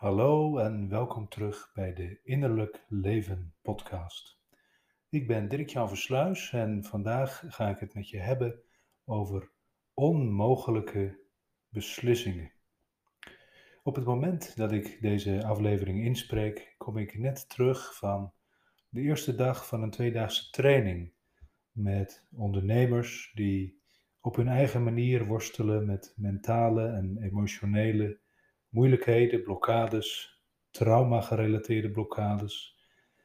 Hallo en welkom terug bij de Innerlijk Leven podcast. Ik ben Dirk-Jan Versluis en vandaag ga ik het met je hebben over onmogelijke beslissingen. Op het moment dat ik deze aflevering inspreek, kom ik net terug van de eerste dag van een tweedaagse training met ondernemers die op hun eigen manier worstelen met mentale en emotionele moeilijkheden, blokkades, trauma-gerelateerde blokkades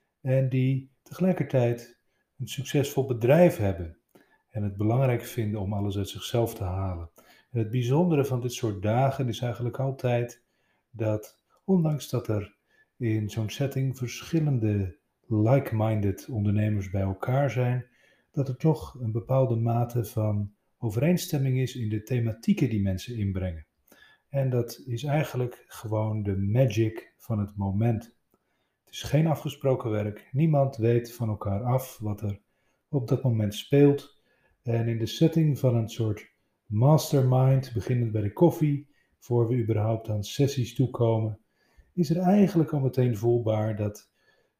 en die tegelijkertijd een succesvol bedrijf hebben en het belangrijk vinden om alles uit zichzelf te halen. En het bijzondere van dit soort dagen is eigenlijk altijd dat, ondanks dat er in zo'n setting verschillende like-minded ondernemers bij elkaar zijn, dat er toch een bepaalde mate van overeenstemming is in de thematieken die mensen inbrengen. En dat is eigenlijk gewoon de magic van het moment. Het is geen afgesproken werk. Niemand weet van elkaar af wat er op dat moment speelt. En in de setting van een soort mastermind, beginnend bij de koffie, voor we überhaupt aan sessies toekomen, is er eigenlijk al meteen voelbaar dat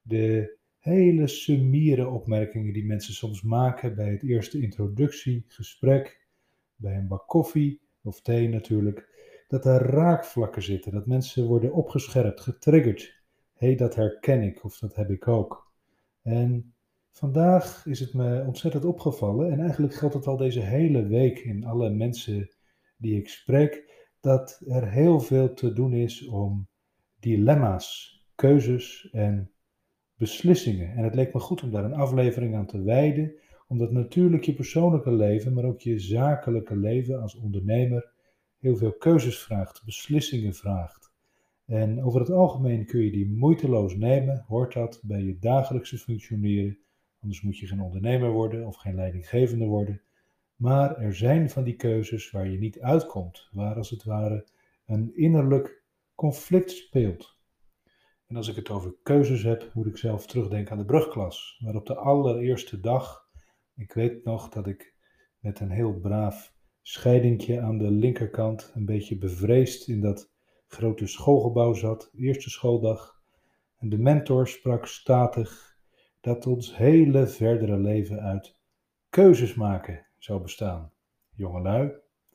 de hele summiere opmerkingen die mensen soms maken bij het eerste introductiegesprek, bij een bak koffie of thee natuurlijk, dat er raakvlakken zitten, dat mensen worden opgescherpt, getriggerd. Hé, dat herken ik of dat heb ik ook. En vandaag is het me ontzettend opgevallen, en eigenlijk geldt het al deze hele week in alle mensen die ik spreek, dat er heel veel te doen is om dilemma's, keuzes en beslissingen. En het leek me goed om daar een aflevering aan te wijden, omdat natuurlijk je persoonlijke leven, maar ook je zakelijke leven als ondernemer heel veel keuzes vraagt, beslissingen vraagt. En over het algemeen kun je die moeiteloos nemen, hoort dat bij je dagelijkse functioneren, anders moet je geen ondernemer worden of geen leidinggevende worden. Maar er zijn van die keuzes waar je niet uitkomt, waar als het ware een innerlijk conflict speelt. En als ik het over keuzes heb, moet ik zelf terugdenken aan de brugklas, waar op de allereerste dag, ik weet nog dat ik met een heel braaf scheidingje aan de linkerkant, een beetje bevreesd in dat grote schoolgebouw zat, eerste schooldag. En de mentor sprak statig dat ons hele verdere leven uit keuzes maken zou bestaan. Jongelui.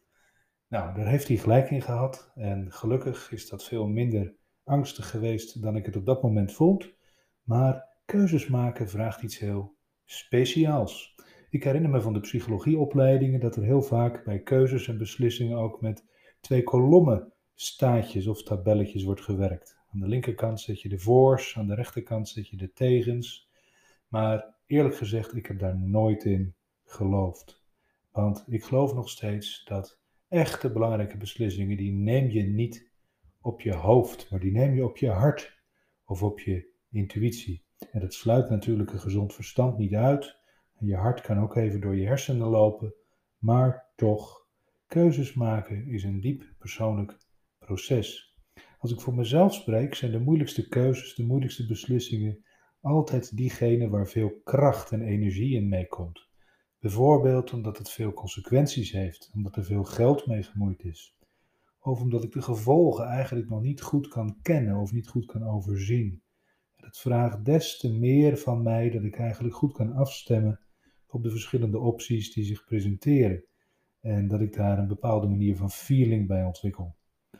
Nou, daar heeft hij gelijk in gehad en gelukkig is dat veel minder angstig geweest dan ik het op dat moment vond. Maar keuzes maken vraagt iets heel speciaals. Ik herinner me van de psychologieopleidingen dat er heel vaak bij keuzes en beslissingen ook met 2 kolommen staatjes of tabelletjes wordt gewerkt. Aan de linkerkant zet je de voor's, aan de rechterkant zet je de tegens. Maar eerlijk gezegd, ik heb daar nooit in geloofd. Want ik geloof nog steeds dat echte belangrijke beslissingen, die neem je niet op je hoofd, maar die neem je op je hart of op je intuïtie. En dat sluit natuurlijk een gezond verstand niet uit. En je hart kan ook even door je hersenen lopen, maar toch, keuzes maken is een diep persoonlijk proces. Als ik voor mezelf spreek, zijn de moeilijkste keuzes, de moeilijkste beslissingen altijd diegene waar veel kracht en energie in meekomt. Bijvoorbeeld omdat het veel consequenties heeft, omdat er veel geld mee gemoeid is. Of omdat ik de gevolgen eigenlijk nog niet goed kan kennen of niet goed kan overzien. Het vraagt des te meer van mij dat ik eigenlijk goed kan afstemmen op de verschillende opties die zich presenteren. En dat ik daar een bepaalde manier van feeling bij ontwikkel.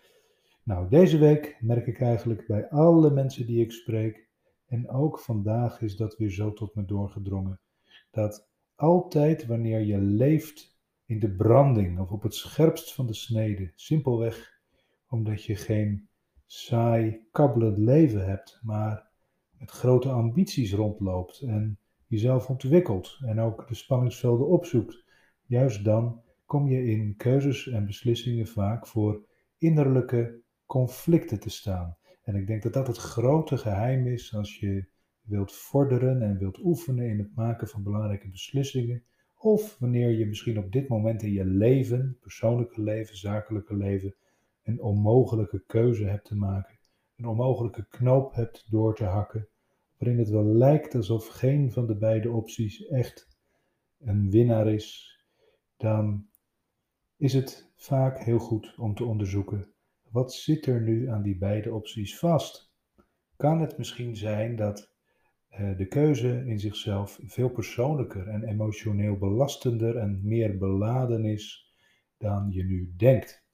Nou, deze week merk ik eigenlijk bij alle mensen die ik spreek, en ook vandaag is dat weer zo tot me doorgedrongen, dat altijd wanneer je leeft in de branding of op het scherpst van de snede, simpelweg omdat je geen saai, kabbelend leven hebt, maar met grote ambities rondloopt en jezelf ontwikkelt en ook de spanningsvelden opzoekt, juist dan kom je in keuzes en beslissingen vaak voor innerlijke conflicten te staan. En ik denk dat dat het grote geheim is als je wilt vorderen en wilt oefenen in het maken van belangrijke beslissingen. Of wanneer je misschien op dit moment in je leven, persoonlijke leven, zakelijke leven, een onmogelijke keuze hebt te maken. Een onmogelijke knoop hebt door te hakken. Waarin het wel lijkt alsof geen van de beide opties echt een winnaar is. Dan is het vaak heel goed om te onderzoeken wat zit er nu aan die beide opties vast? Kan het misschien zijn dat de keuze in zichzelf veel persoonlijker en emotioneel belastender en meer beladen is dan je nu denkt?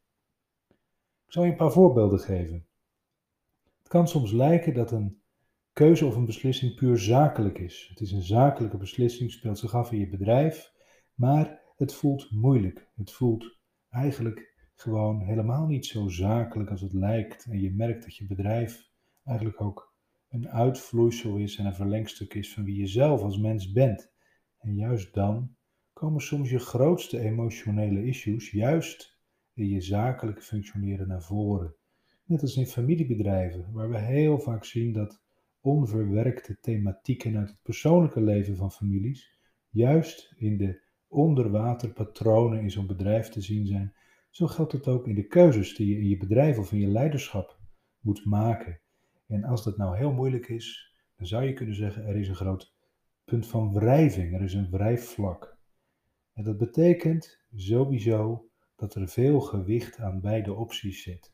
Ik zal je een paar voorbeelden geven. Het kan soms lijken dat een keuze of een beslissing puur zakelijk is. Het is een zakelijke beslissing, speelt zich af in je bedrijf, maar het voelt moeilijk. Het voelt eigenlijk gewoon helemaal niet zo zakelijk als het lijkt. En je merkt dat je bedrijf eigenlijk ook een uitvloeisel is en een verlengstuk is van wie je zelf als mens bent. En juist dan komen soms je grootste emotionele issues juist in je zakelijke functioneren naar voren. Net als in familiebedrijven, waar we heel vaak zien dat onverwerkte thematieken uit het persoonlijke leven van families juist in de onderwaterpatronen in zo'n bedrijf te zien zijn. Zo geldt het ook in de keuzes die je in je bedrijf of in je leiderschap moet maken. En als dat nou heel moeilijk is, dan zou je kunnen zeggen er is een groot punt van wrijving, er is een wrijfvlak. En dat betekent sowieso dat er veel gewicht aan beide opties zit.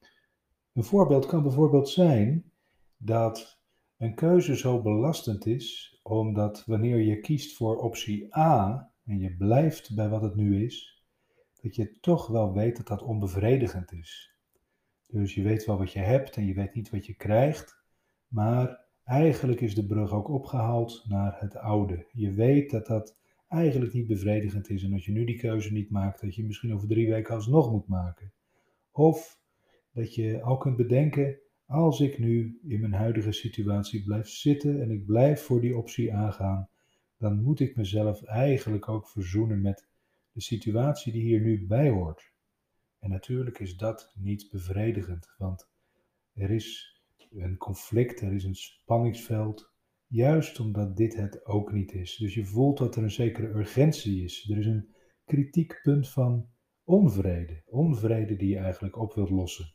Een voorbeeld kan bijvoorbeeld zijn dat een keuze zo belastend is, omdat wanneer je kiest voor optie A en je blijft bij wat het nu is, dat je toch wel weet dat dat onbevredigend is. Dus je weet wel wat je hebt en je weet niet wat je krijgt, maar eigenlijk is de brug ook opgehaald naar het oude. Je weet dat dat eigenlijk niet bevredigend is en als je nu die keuze niet maakt, dat je misschien over 3 weken alsnog moet maken. Of dat je al kunt bedenken, als ik nu in mijn huidige situatie blijf zitten en ik blijf voor die optie aangaan, dan moet ik mezelf eigenlijk ook verzoenen met de situatie die hier nu bij hoort. En natuurlijk is dat niet bevredigend, want er is een conflict, er is een spanningsveld, juist omdat dit het ook niet is. Dus je voelt dat er een zekere urgentie is. Er is een kritiek punt van onvrede, onvrede die je eigenlijk op wilt lossen.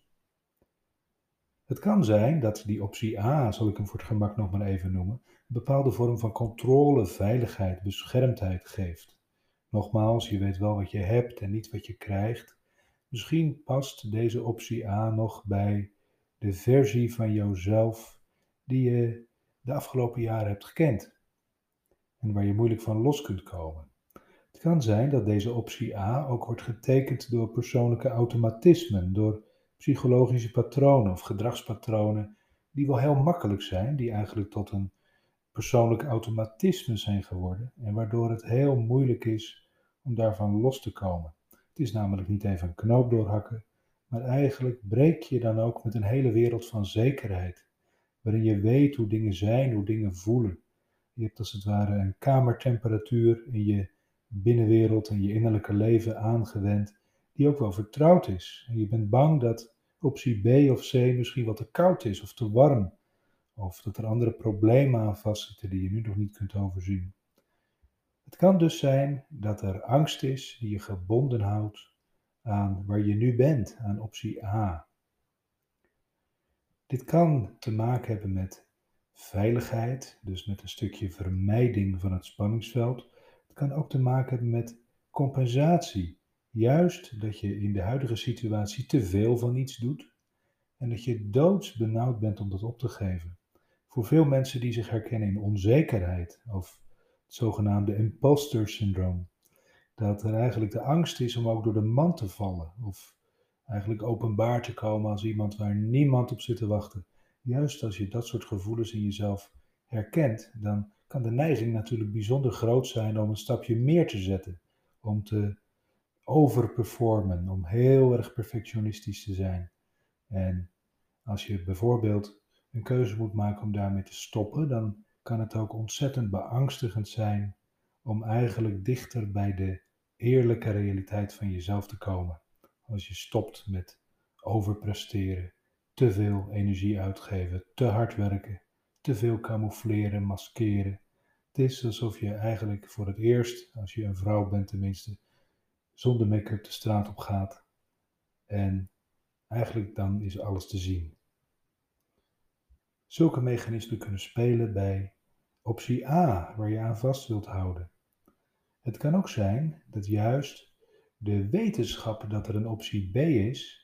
Het kan zijn dat die optie A, zal ik hem voor het gemak nog maar even noemen, een bepaalde vorm van controle, veiligheid, beschermdheid geeft. Nogmaals, je weet wel wat je hebt en niet wat je krijgt. Misschien past deze optie A nog bij de versie van jouzelf die je de afgelopen jaren hebt gekend en waar je moeilijk van los kunt komen. Het kan zijn dat deze optie A ook wordt getekend door persoonlijke automatismen, door psychologische patronen of gedragspatronen die wel heel makkelijk zijn, die eigenlijk tot een persoonlijk automatisme zijn geworden en waardoor het heel moeilijk is om daarvan los te komen. Het is namelijk niet even een knoop doorhakken, maar eigenlijk breek je dan ook met een hele wereld van zekerheid, waarin je weet hoe dingen zijn, hoe dingen voelen. Je hebt als het ware een kamertemperatuur in je binnenwereld en je innerlijke leven aangewend, die ook wel vertrouwd is. En je bent bang dat optie B of C misschien wat te koud is of te warm, of dat er andere problemen aan vastzitten die je nu nog niet kunt overzien. Het kan dus zijn dat er angst is die je gebonden houdt aan waar je nu bent, aan optie A. Dit kan te maken hebben met veiligheid, dus met een stukje vermijding van het spanningsveld. Het kan ook te maken hebben met compensatie. Juist dat je in de huidige situatie te veel van iets doet en dat je doodsbenauwd bent om dat op te geven. Voor veel mensen die zich herkennen in onzekerheid of het zogenaamde imposter syndroom, dat er eigenlijk de angst is om ook door de mand te vallen of eigenlijk openbaar te komen als iemand waar niemand op zit te wachten. Juist als je dat soort gevoelens in jezelf herkent, dan kan de neiging natuurlijk bijzonder groot zijn om een stapje meer te zetten, om te overperformen, om heel erg perfectionistisch te zijn. En als je bijvoorbeeld een keuze moet maken om daarmee te stoppen, dan kan het ook ontzettend beangstigend zijn om eigenlijk dichter bij de eerlijke realiteit van jezelf te komen. Als je stopt met overpresteren, te veel energie uitgeven, te hard werken, te veel camoufleren, maskeren. Het is alsof je eigenlijk voor het eerst, als je een vrouw bent tenminste, zonder make-up de straat op gaat. En eigenlijk dan is alles te zien. Zulke mechanismen kunnen spelen bij optie A, waar je aan vast wilt houden. Het kan ook zijn dat juist de wetenschap dat er een optie B is,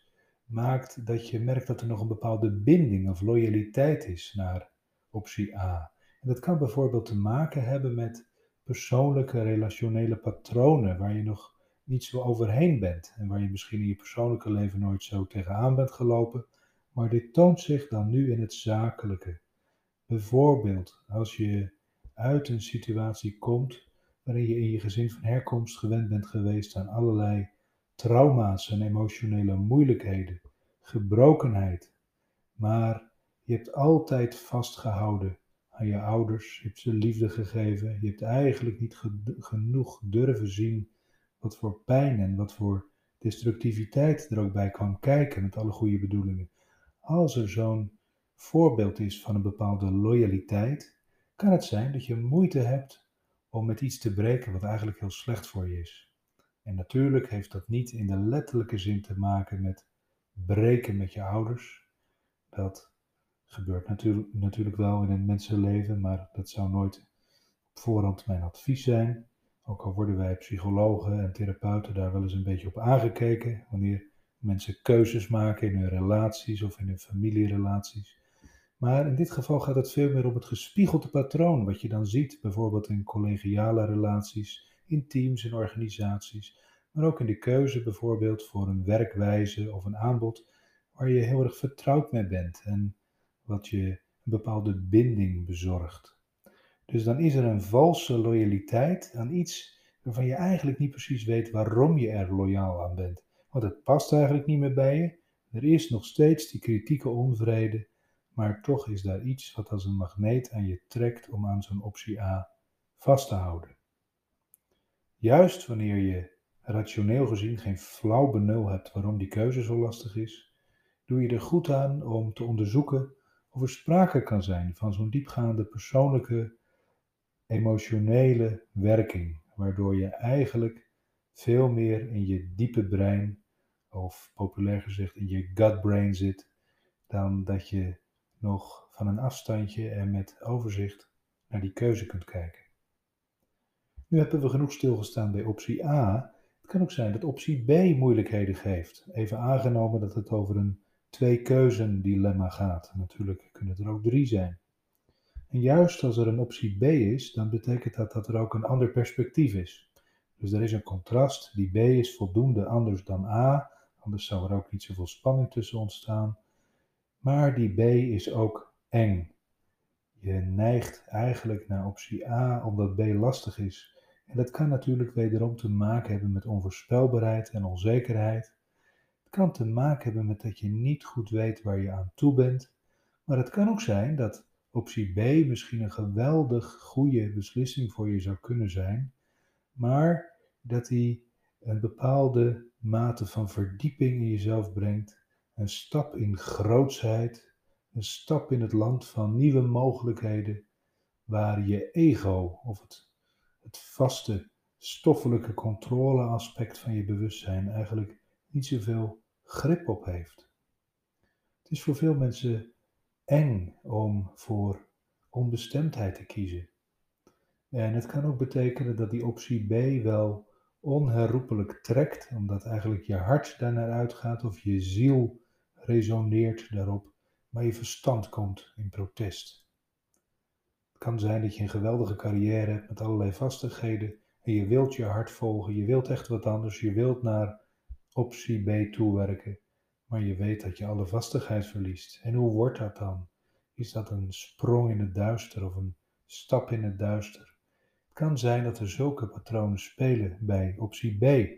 maakt dat je merkt dat er nog een bepaalde binding of loyaliteit is naar optie A. En dat kan bijvoorbeeld te maken hebben met persoonlijke relationele patronen waar je nog niet zo overheen bent en waar je misschien in je persoonlijke leven nooit zo tegenaan bent gelopen, maar dit toont zich dan nu in het zakelijke. Bijvoorbeeld als je uit een situatie komt waarin je in je gezin van herkomst gewend bent geweest aan allerlei trauma's en emotionele moeilijkheden, gebrokenheid, maar je hebt altijd vastgehouden aan je ouders, je hebt ze liefde gegeven, je hebt eigenlijk niet genoeg durven zien wat voor pijn en wat voor destructiviteit er ook bij kwam kijken met alle goede bedoelingen. Als er zo'n voorbeeld is van een bepaalde loyaliteit, kan het zijn dat je moeite hebt om met iets te breken wat eigenlijk heel slecht voor je is. En natuurlijk heeft dat niet in de letterlijke zin te maken met breken met je ouders. Dat gebeurt natuurlijk wel in een mensenleven, maar dat zou nooit op voorhand mijn advies zijn. Ook al worden wij psychologen en therapeuten daar wel eens een beetje op aangekeken, wanneer mensen keuzes maken in hun relaties of in hun familierelaties. Maar in dit geval gaat het veel meer om het gespiegelde patroon, wat je dan ziet, bijvoorbeeld in collegiale relaties, in teams en organisaties, maar ook in de keuze bijvoorbeeld voor een werkwijze of een aanbod waar je heel erg vertrouwd mee bent en wat je een bepaalde binding bezorgt. Dus dan is er een valse loyaliteit aan iets waarvan je eigenlijk niet precies weet waarom je er loyaal aan bent. Want het past eigenlijk niet meer bij je. Er is nog steeds die kritieke onvrede, maar toch is daar iets wat als een magneet aan je trekt om aan zo'n optie A vast te houden. Juist wanneer je rationeel gezien geen flauw benul hebt waarom die keuze zo lastig is, doe je er goed aan om te onderzoeken of er sprake kan zijn van zo'n diepgaande persoonlijke emotionele werking, waardoor je eigenlijk veel meer in je diepe brein, of populair gezegd in je gut brain zit, dan dat je nog van een afstandje en met overzicht naar die keuze kunt kijken. Nu hebben we genoeg stilgestaan bij optie A. Het kan ook zijn dat optie B moeilijkheden geeft. Even aangenomen dat het over een twee-keuzen dilemma gaat. Natuurlijk kunnen er ook 3 zijn. En juist als er een optie B is, dan betekent dat dat er ook een ander perspectief is. Dus er is een contrast, die B is voldoende anders dan A, anders zou er ook niet zoveel spanning tussen ontstaan. Maar die B is ook eng. Je neigt eigenlijk naar optie A omdat B lastig is. En dat kan natuurlijk wederom te maken hebben met onvoorspelbaarheid en onzekerheid. Het kan te maken hebben met dat je niet goed weet waar je aan toe bent. Maar het kan ook zijn dat optie B misschien een geweldig goede beslissing voor je zou kunnen zijn, maar dat die een bepaalde mate van verdieping in jezelf brengt, een stap in grootsheid, een stap in het land van nieuwe mogelijkheden, waar je ego of het vaste stoffelijke controleaspect van je bewustzijn eigenlijk niet zoveel grip op heeft. Het is voor veel mensen eng om voor onbestemdheid te kiezen. En het kan ook betekenen dat die optie B wel onherroepelijk trekt, omdat eigenlijk je hart daarnaar uitgaat of je ziel resoneert daarop, maar je verstand komt in protest. Het kan zijn dat je een geweldige carrière hebt met allerlei vastigheden en je wilt je hart volgen, je wilt echt wat anders, je wilt naar optie B toewerken, maar je weet dat je alle vastigheid verliest. En hoe wordt dat dan? Is dat een sprong in het duister of een stap in het duister? Het kan zijn dat er zulke patronen spelen bij optie B.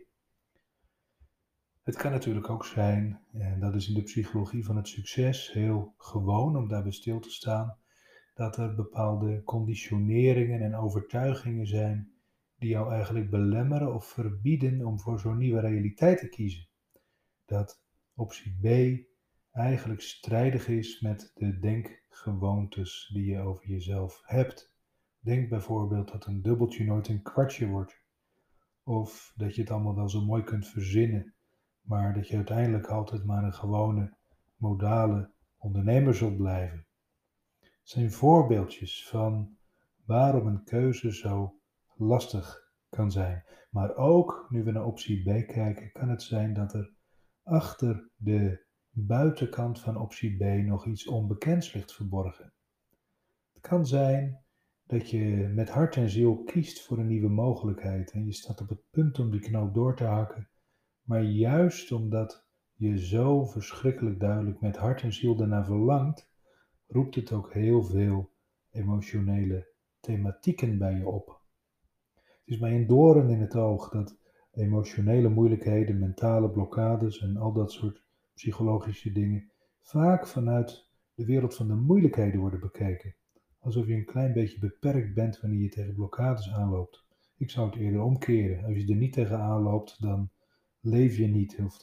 Het kan natuurlijk ook zijn, en dat is in de psychologie van het succes heel gewoon om daarbij stil te staan, dat er bepaalde conditioneringen en overtuigingen zijn die jou eigenlijk belemmeren of verbieden om voor zo'n nieuwe realiteit te kiezen. Dat optie B eigenlijk strijdig is met de denkgewoontes die je over jezelf hebt. Denk bijvoorbeeld dat een dubbeltje nooit een kwartje wordt. Of dat je het allemaal wel zo mooi kunt verzinnen, maar dat je uiteindelijk altijd maar een gewone, modale ondernemer zult blijven. Het zijn voorbeeldjes van waarom een keuze zo lastig kan zijn. Maar ook, nu we naar optie B kijken, kan het zijn dat er achter de buitenkant van optie B nog iets onbekends ligt verborgen. Het kan zijn dat je met hart en ziel kiest voor een nieuwe mogelijkheid en je staat op het punt om die knoop door te hakken, maar juist omdat je zo verschrikkelijk duidelijk met hart en ziel daarna verlangt, roept het ook heel veel emotionele thematieken bij je op. Het is mij een doorn in het oog dat emotionele moeilijkheden, mentale blokkades en al dat soort psychologische dingen vaak vanuit de wereld van de moeilijkheden worden bekeken. Alsof je een klein beetje beperkt bent wanneer je tegen blokkades aanloopt. Ik zou het eerder omkeren. Als je er niet tegen aanloopt, dan leef je niet of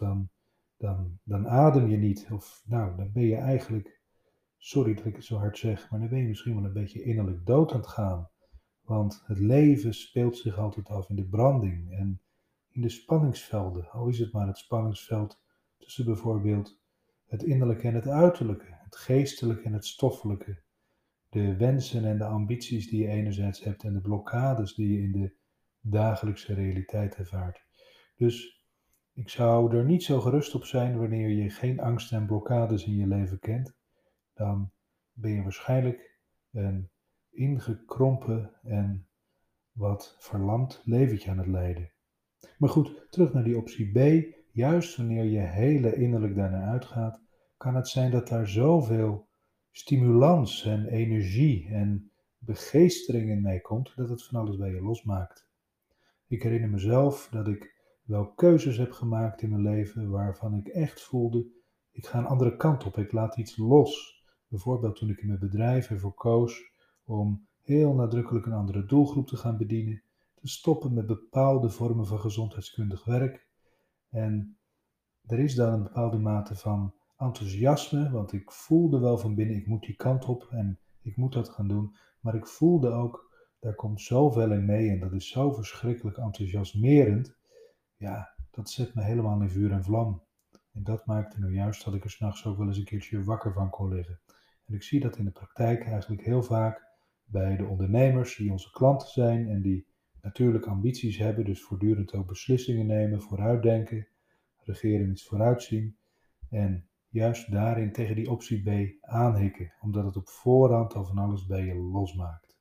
dan adem je niet. Of nou, dan ben je eigenlijk, sorry dat ik het zo hard zeg, maar dan ben je misschien wel een beetje innerlijk dood aan het gaan. Want het leven speelt zich altijd af in de branding en in de spanningsvelden. Al is het maar het spanningsveld tussen bijvoorbeeld het innerlijke en het uiterlijke, het geestelijke en het stoffelijke. De wensen en de ambities die je enerzijds hebt en de blokkades die je in de dagelijkse realiteit ervaart. Dus ik zou er niet zo gerust op zijn wanneer je geen angst en blokkades in je leven kent. Dan ben je waarschijnlijk een ingekrompen en wat verlamd leventje aan het leiden. Maar goed, terug naar die optie B. Juist wanneer je hele innerlijk daarnaar uitgaat, kan het zijn dat daar zoveel stimulans en energie en begeestering in meekomt, dat het van alles bij je losmaakt. Ik herinner mezelf dat ik wel keuzes heb gemaakt in mijn leven waarvan ik echt voelde, ik ga een andere kant op, ik laat iets los. Bijvoorbeeld toen ik in mijn bedrijf ervoor koos om heel nadrukkelijk een andere doelgroep te gaan bedienen, te stoppen met bepaalde vormen van gezondheidskundig werk. En er is dan een bepaalde mate van enthousiasme, want ik voelde wel van binnen, ik moet die kant op en ik moet dat gaan doen. Maar ik voelde ook, daar komt zoveel in mee en dat is zo verschrikkelijk enthousiasmerend. Ja, dat zet me helemaal in vuur en vlam. En dat maakte nou juist dat ik er 's nachts ook wel eens een keertje wakker van kon liggen. En ik zie dat in de praktijk eigenlijk heel vaak bij de ondernemers die onze klanten zijn en die natuurlijk ambities hebben, dus voortdurend ook beslissingen nemen, vooruitdenken, regeren is vooruitzien en juist daarin tegen die optie B aanhikken, omdat het op voorhand al van alles bij je losmaakt.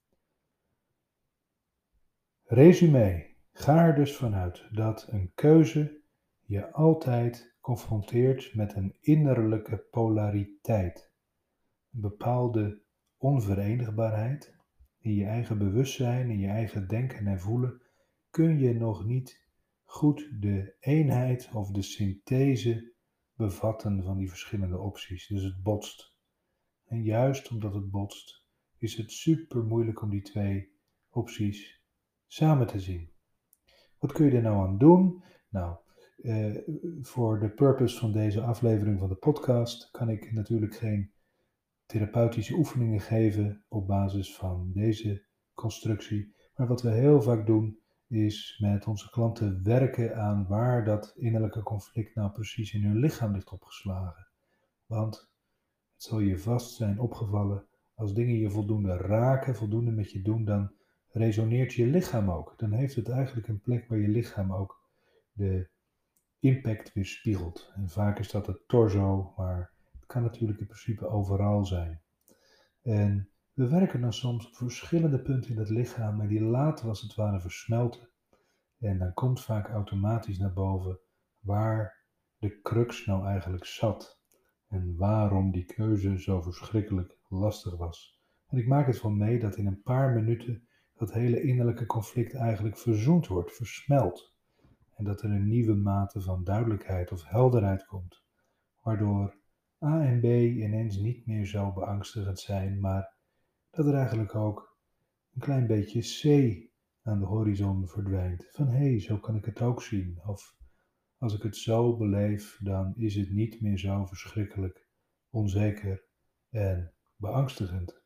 Resume. Ga er dus vanuit dat een keuze je altijd confronteert met een innerlijke polariteit, een bepaalde onverenigbaarheid. In je eigen bewustzijn, in je eigen denken en voelen kun je nog niet goed de eenheid of de synthese bevatten van die verschillende opties. Dus het botst. En juist omdat het botst, is het super moeilijk om die twee opties samen te zien. Wat kun je er nou aan doen? Nou, voor de purpose van deze aflevering van de podcast kan ik natuurlijk geen therapeutische oefeningen geven op basis van deze constructie. Maar wat we heel vaak doen, is met onze klanten werken aan waar dat innerlijke conflict nou precies in hun lichaam ligt opgeslagen. Want het zal je vast zijn opgevallen, als dingen je voldoende raken, voldoende met je doen, dan resoneert je lichaam ook. Dan heeft het eigenlijk een plek waar je lichaam ook de impact weerspiegelt. En vaak is dat het torso, maar het kan natuurlijk in principe overal zijn. En we werken dan soms op verschillende punten in het lichaam en die laten als het ware versmelten. En dan komt vaak automatisch naar boven waar de crux nou eigenlijk zat. En waarom die keuze zo verschrikkelijk lastig was. En ik maak het van mee dat in een paar minuten dat hele innerlijke conflict eigenlijk verzoend wordt, versmelt. En dat er een nieuwe mate van duidelijkheid of helderheid komt. Waardoor A en B ineens niet meer zo beangstigend zijn, maar dat er eigenlijk ook een klein beetje C aan de horizon verdwijnt. Van hé, zo kan ik het ook zien. Of als ik het zo beleef, dan is het niet meer zo verschrikkelijk onzeker en beangstigend.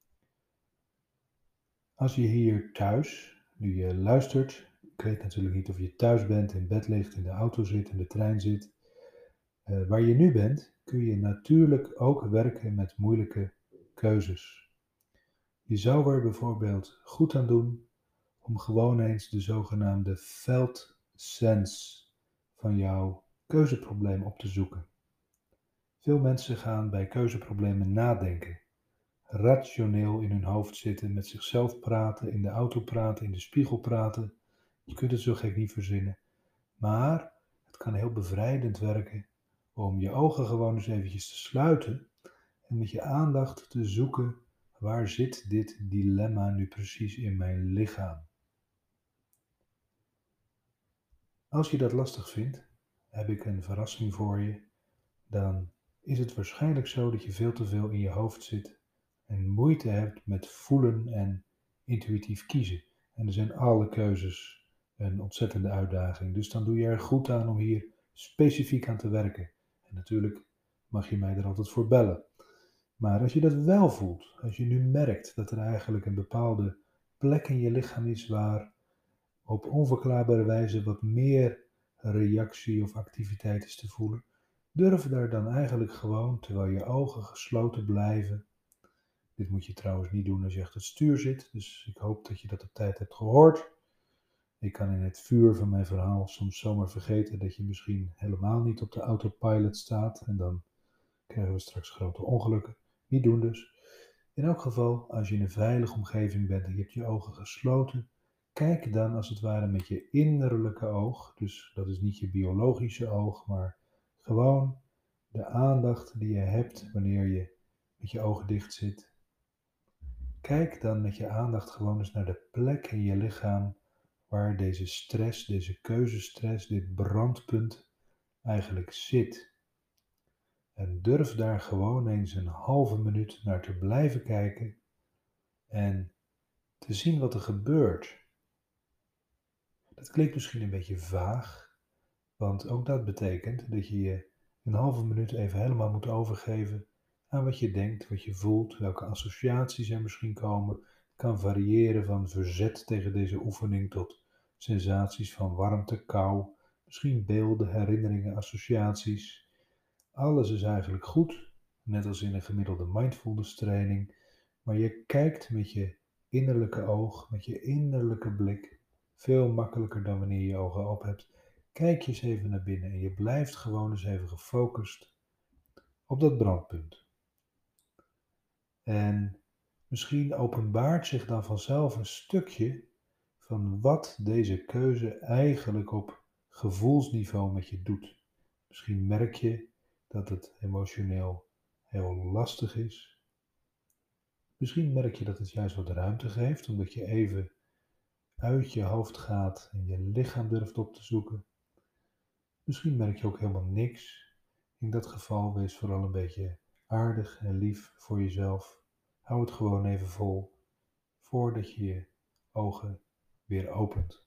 Als je hier thuis, nu je luistert, ik weet natuurlijk niet of je thuis bent, in bed ligt, in de auto zit, in de trein zit. Waar je nu bent, kun je natuurlijk ook werken met moeilijke keuzes. Je zou er bijvoorbeeld goed aan doen om gewoon eens de zogenaamde felt sense van jouw keuzeprobleem op te zoeken. Veel mensen gaan bij keuzeproblemen nadenken, rationeel in hun hoofd zitten, met zichzelf praten, in de auto praten, in de spiegel praten. Je kunt het zo gek niet verzinnen. Maar het kan heel bevrijdend werken om je ogen gewoon eens eventjes te sluiten en met je aandacht te zoeken, waar zit dit dilemma nu precies in mijn lichaam? Als je dat lastig vindt, heb ik een verrassing voor je. Dan is het waarschijnlijk zo dat je veel te veel in je hoofd zit en moeite hebt met voelen en intuïtief kiezen. En er zijn alle keuzes een ontzettende uitdaging. Dus dan doe je er goed aan om hier specifiek aan te werken. En natuurlijk mag je mij er altijd voor bellen. Maar als je dat wel voelt, als je nu merkt dat er eigenlijk een bepaalde plek in je lichaam is waar op onverklaarbare wijze wat meer reactie of activiteit is te voelen, durf daar dan eigenlijk gewoon, terwijl je ogen gesloten blijven. Dit moet je trouwens niet doen als je achter het stuur zit, dus ik hoop dat je dat op tijd hebt gehoord. Ik kan in het vuur van mijn verhaal soms zomaar vergeten dat je misschien helemaal niet op de autopilot staat en dan krijgen we straks grote ongelukken. Niet doen dus. In elk geval, als je in een veilige omgeving bent en je hebt je ogen gesloten, kijk dan als het ware met je innerlijke oog, dus dat is niet je biologische oog, maar gewoon de aandacht die je hebt wanneer je met je ogen dicht zit. Kijk dan met je aandacht gewoon eens naar de plek in je lichaam waar deze stress, deze keuzestress, dit brandpunt eigenlijk zit. En durf daar gewoon eens een halve minuut naar te blijven kijken en te zien wat er gebeurt. Dat klinkt misschien een beetje vaag, want ook dat betekent dat je je een halve minuut even helemaal moet overgeven aan wat je denkt, wat je voelt, welke associaties er misschien komen. Het kan variëren van verzet tegen deze oefening tot sensaties van warmte, kou, misschien beelden, herinneringen, associaties. Alles is eigenlijk goed, net als in een gemiddelde mindfulness training, maar je kijkt met je innerlijke oog, met je innerlijke blik, veel makkelijker dan wanneer je je ogen open hebt. Kijk je eens even naar binnen en je blijft gewoon eens even gefocust op dat brandpunt. En misschien openbaart zich dan vanzelf een stukje van wat deze keuze eigenlijk op gevoelsniveau met je doet. Misschien merk je dat het emotioneel heel lastig is. Misschien merk je dat het juist wat ruimte geeft, omdat je even uit je hoofd gaat en je lichaam durft op te zoeken. Misschien merk je ook helemaal niks. In dat geval wees vooral een beetje aardig en lief voor jezelf. Hou het gewoon even vol voordat je je ogen weer opent.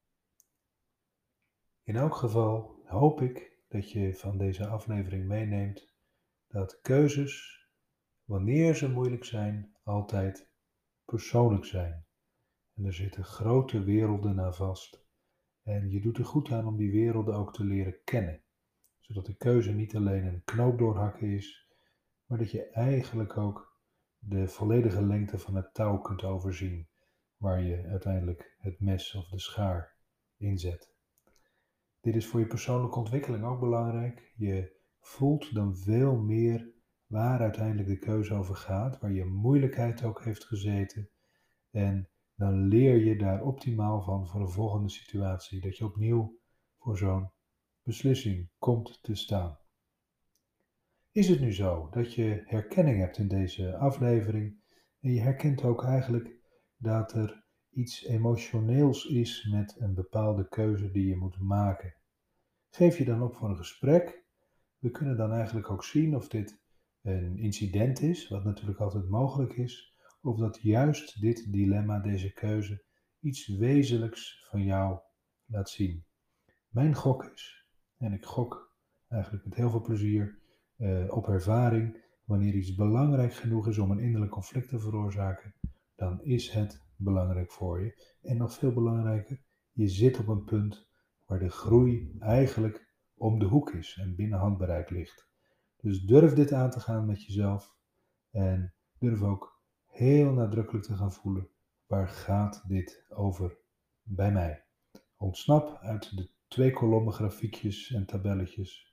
In elk geval hoop ik dat je van deze aflevering meeneemt dat keuzes, wanneer ze moeilijk zijn, altijd persoonlijk zijn. En er zitten grote werelden aan vast. En je doet er goed aan om die werelden ook te leren kennen. Zodat de keuze niet alleen een knoop doorhakken is, maar dat je eigenlijk ook de volledige lengte van het touw kunt overzien, waar je uiteindelijk het mes of de schaar inzet. Dit is voor je persoonlijke ontwikkeling ook belangrijk. Je voelt dan veel meer waar uiteindelijk de keuze over gaat, waar je moeilijkheid ook heeft gezeten. En dan leer je daar optimaal van voor een volgende situatie, dat je opnieuw voor zo'n beslissing komt te staan. Is het nu zo dat je herkenning hebt in deze aflevering en je herkent ook eigenlijk dat er iets emotioneels is met een bepaalde keuze die je moet maken? Geef je dan op voor een gesprek. We kunnen dan eigenlijk ook zien of dit een incident is, wat natuurlijk altijd mogelijk is, of dat juist dit dilemma, deze keuze, iets wezenlijks van jou laat zien. Mijn gok is, en ik gok eigenlijk met heel veel plezier op ervaring, wanneer iets belangrijk genoeg is om een innerlijk conflict te veroorzaken, dan is het belangrijk voor je. En nog veel belangrijker, je zit op een punt waar de groei eigenlijk om de hoek is en binnen handbereik ligt. Dus durf dit aan te gaan met jezelf en durf ook heel nadrukkelijk te gaan voelen, waar gaat dit over bij mij? Ontsnap uit de 2 kolommen grafiekjes en tabelletjes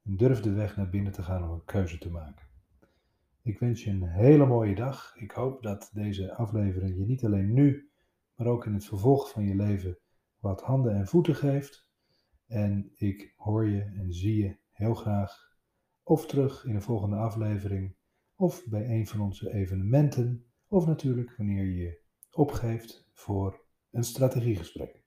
en durf de weg naar binnen te gaan om een keuze te maken. Ik wens je een hele mooie dag. Ik hoop dat deze aflevering je niet alleen nu, maar ook in het vervolg van je leven wat handen en voeten geeft. En ik hoor je en zie je heel graag of terug in een volgende aflevering, of bij een van onze evenementen, of natuurlijk wanneer je je opgeeft voor een strategiegesprek.